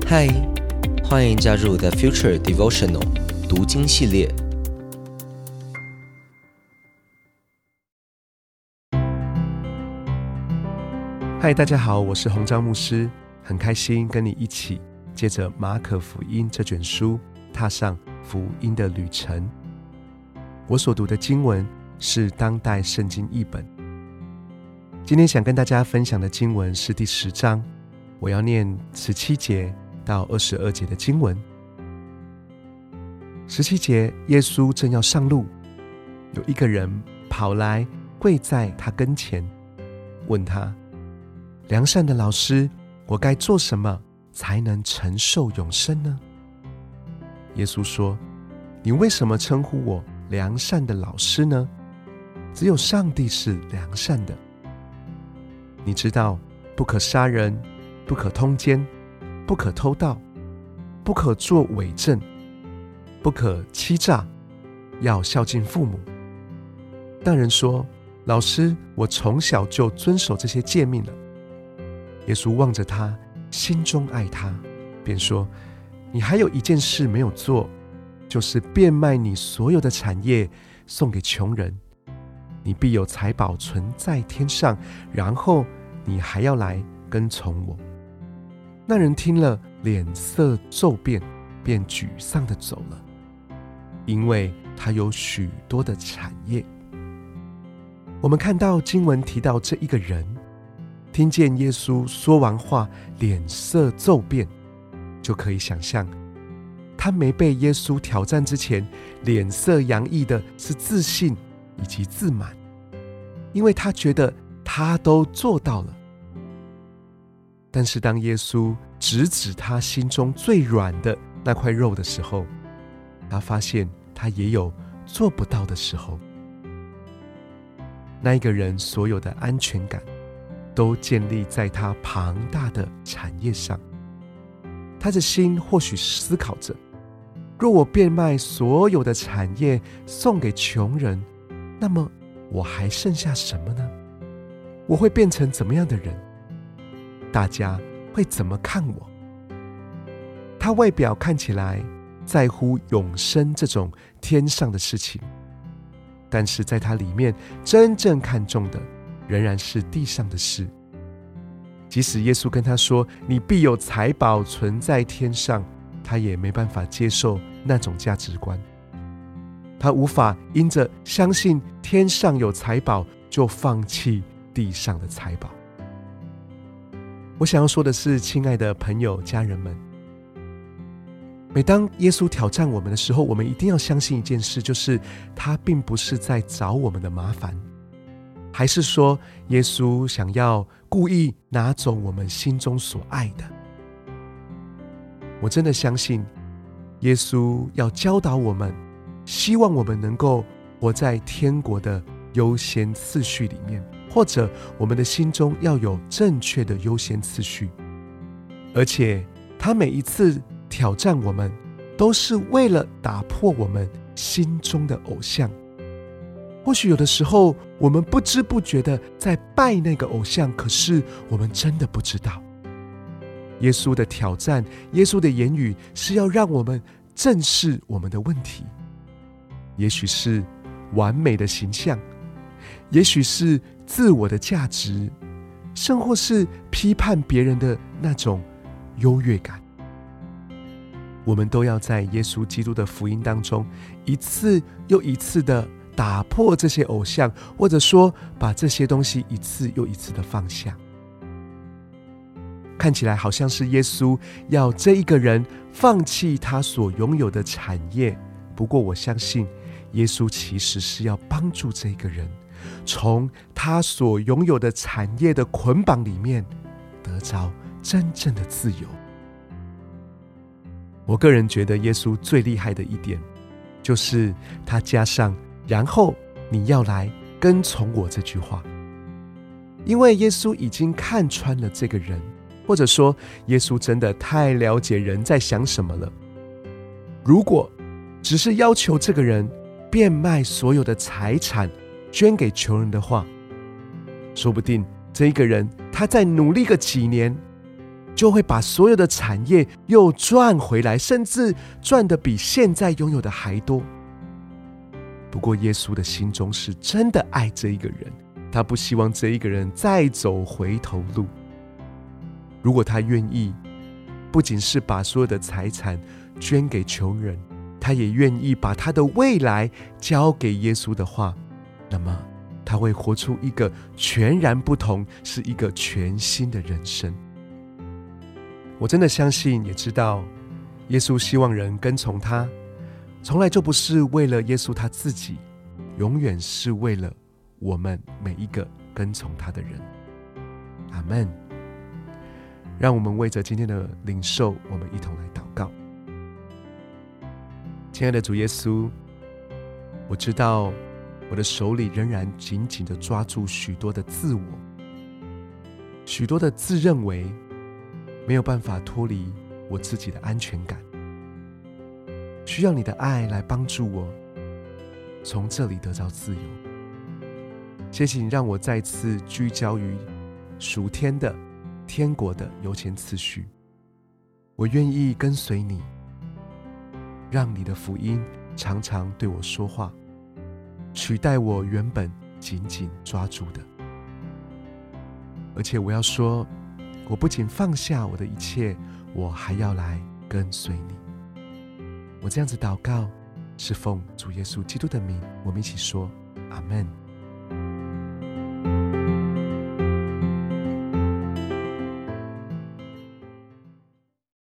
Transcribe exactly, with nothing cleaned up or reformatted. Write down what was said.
嗨，欢迎加入 The Future Devotional 读经系列。 嗨，大家好，我是洪章牧师，很开心跟你一起借着马可福音这卷书，踏上福音的旅程。我所读的经文是当代圣经译本。今天想跟大家分享的经文是第十章，我要念十七节到二十二节的经文。十七节，耶稣正要上路，有一个人跑来跪在他跟前，问他：良善的老师，我该做什么才能承受永生呢？耶稣说：你为什么称呼我良善的老师呢？只有上帝是良善的。你知道，不可杀人，不可通奸，不可偷盗，不可作伪证，不可欺诈，要孝敬父母。那人说：老师，我从小就遵守这些诫命了。耶稣望着他，心中爱他，便说：你还有一件事没有做，就是变卖你所有的产业，送给穷人，你必有财宝存在天上，然后你还要来跟从我。那人听了，脸色骤变，便沮丧地走了，因为他有许多的产业。我们看到经文提到这一个人，听见耶稣说完话，脸色骤变，就可以想象他没被耶稣挑战之前，脸色洋溢的是自信以及自满，因为他觉得他都做到了。但是当耶稣直指他心中最软的那块肉的时候，他发现他也有做不到的时候。那一个人所有的安全感都建立在他庞大的产业上，他的心或许思考着：若我变卖所有的产业送给穷人，那么我还剩下什么呢？我会变成怎么样的人？大家会怎么看我？他外表看起来在乎永生这种天上的事情，但是在他里面真正看重的仍然是地上的事。即使耶稣跟他说：你必有财宝存在天上，他也没办法接受那种价值观。他无法因着相信天上有财宝，就放弃地上的财宝。我想要说的是，亲爱的朋友、家人们，每当耶稣挑战我们的时候，我们一定要相信一件事，就是他并不是在找我们的麻烦，还是说耶稣想要故意拿走我们心中所爱的。我真的相信耶稣要教导我们，希望我们能够活在天国的优先次序里面，或者我们的心中要有正确的优先次序。而且他每一次挑战我们，都是为了打破我们心中的偶像。或许有的时候我们不知不觉的在拜那个偶像，可是我们真的不知道。耶稣的挑战，耶稣的言语是要让我们正视我们的问题，也许是完美的形象，也许是自我的价值，甚或是批判别人的那种优越感。我们都要在耶稣基督的福音当中，一次又一次的打破这些偶像，或者说把这些东西一次又一次的放下。看起来好像是耶稣要这一个人放弃他所拥有的产业，不过我相信耶稣其实是要帮助这个人从他所拥有的产业的捆绑里面得着真正的自由。我个人觉得耶稣最厉害的一点，就是他加上然后你要来跟从我这句话。因为耶稣已经看穿了这个人，或者说耶稣真的太了解人在想什么了。如果只是要求这个人变卖所有的财产捐给穷人的话，说不定这一个人他再努力个几年， 就会把所有的产业又赚回来，甚至赚得比现在拥有的还多。不过耶稣的心中是真的爱这一个人，他不希望这一个人再走回头路。如果他愿意，不仅是把所有的财产捐给穷人，他也愿意把他的未来交给耶稣的话，那么他会活出一个全然不同，是一个全新的人生。我真的相信也知道，耶稣希望人跟从他，从来就不是为了耶稣他自己，永远是为了我们每一个跟从他的人。阿们。让我们为着今天的领受，我们一同来祷告。亲爱的主耶稣，我知道我的手里仍然紧紧地抓住许多的自我，许多的自认为，没有办法脱离我自己的安全感，需要你的爱来帮助我从这里得到自由。谢谢你让我再次聚焦于属天的天国的优先次序，我愿意跟随你，让你的福音常常对我说话，取代我原本紧紧抓住的。而且我要说，我不仅放下我的一切，我还要来跟随你。我这样子祷告，是奉主耶稣基督的名，我们一起说阿们。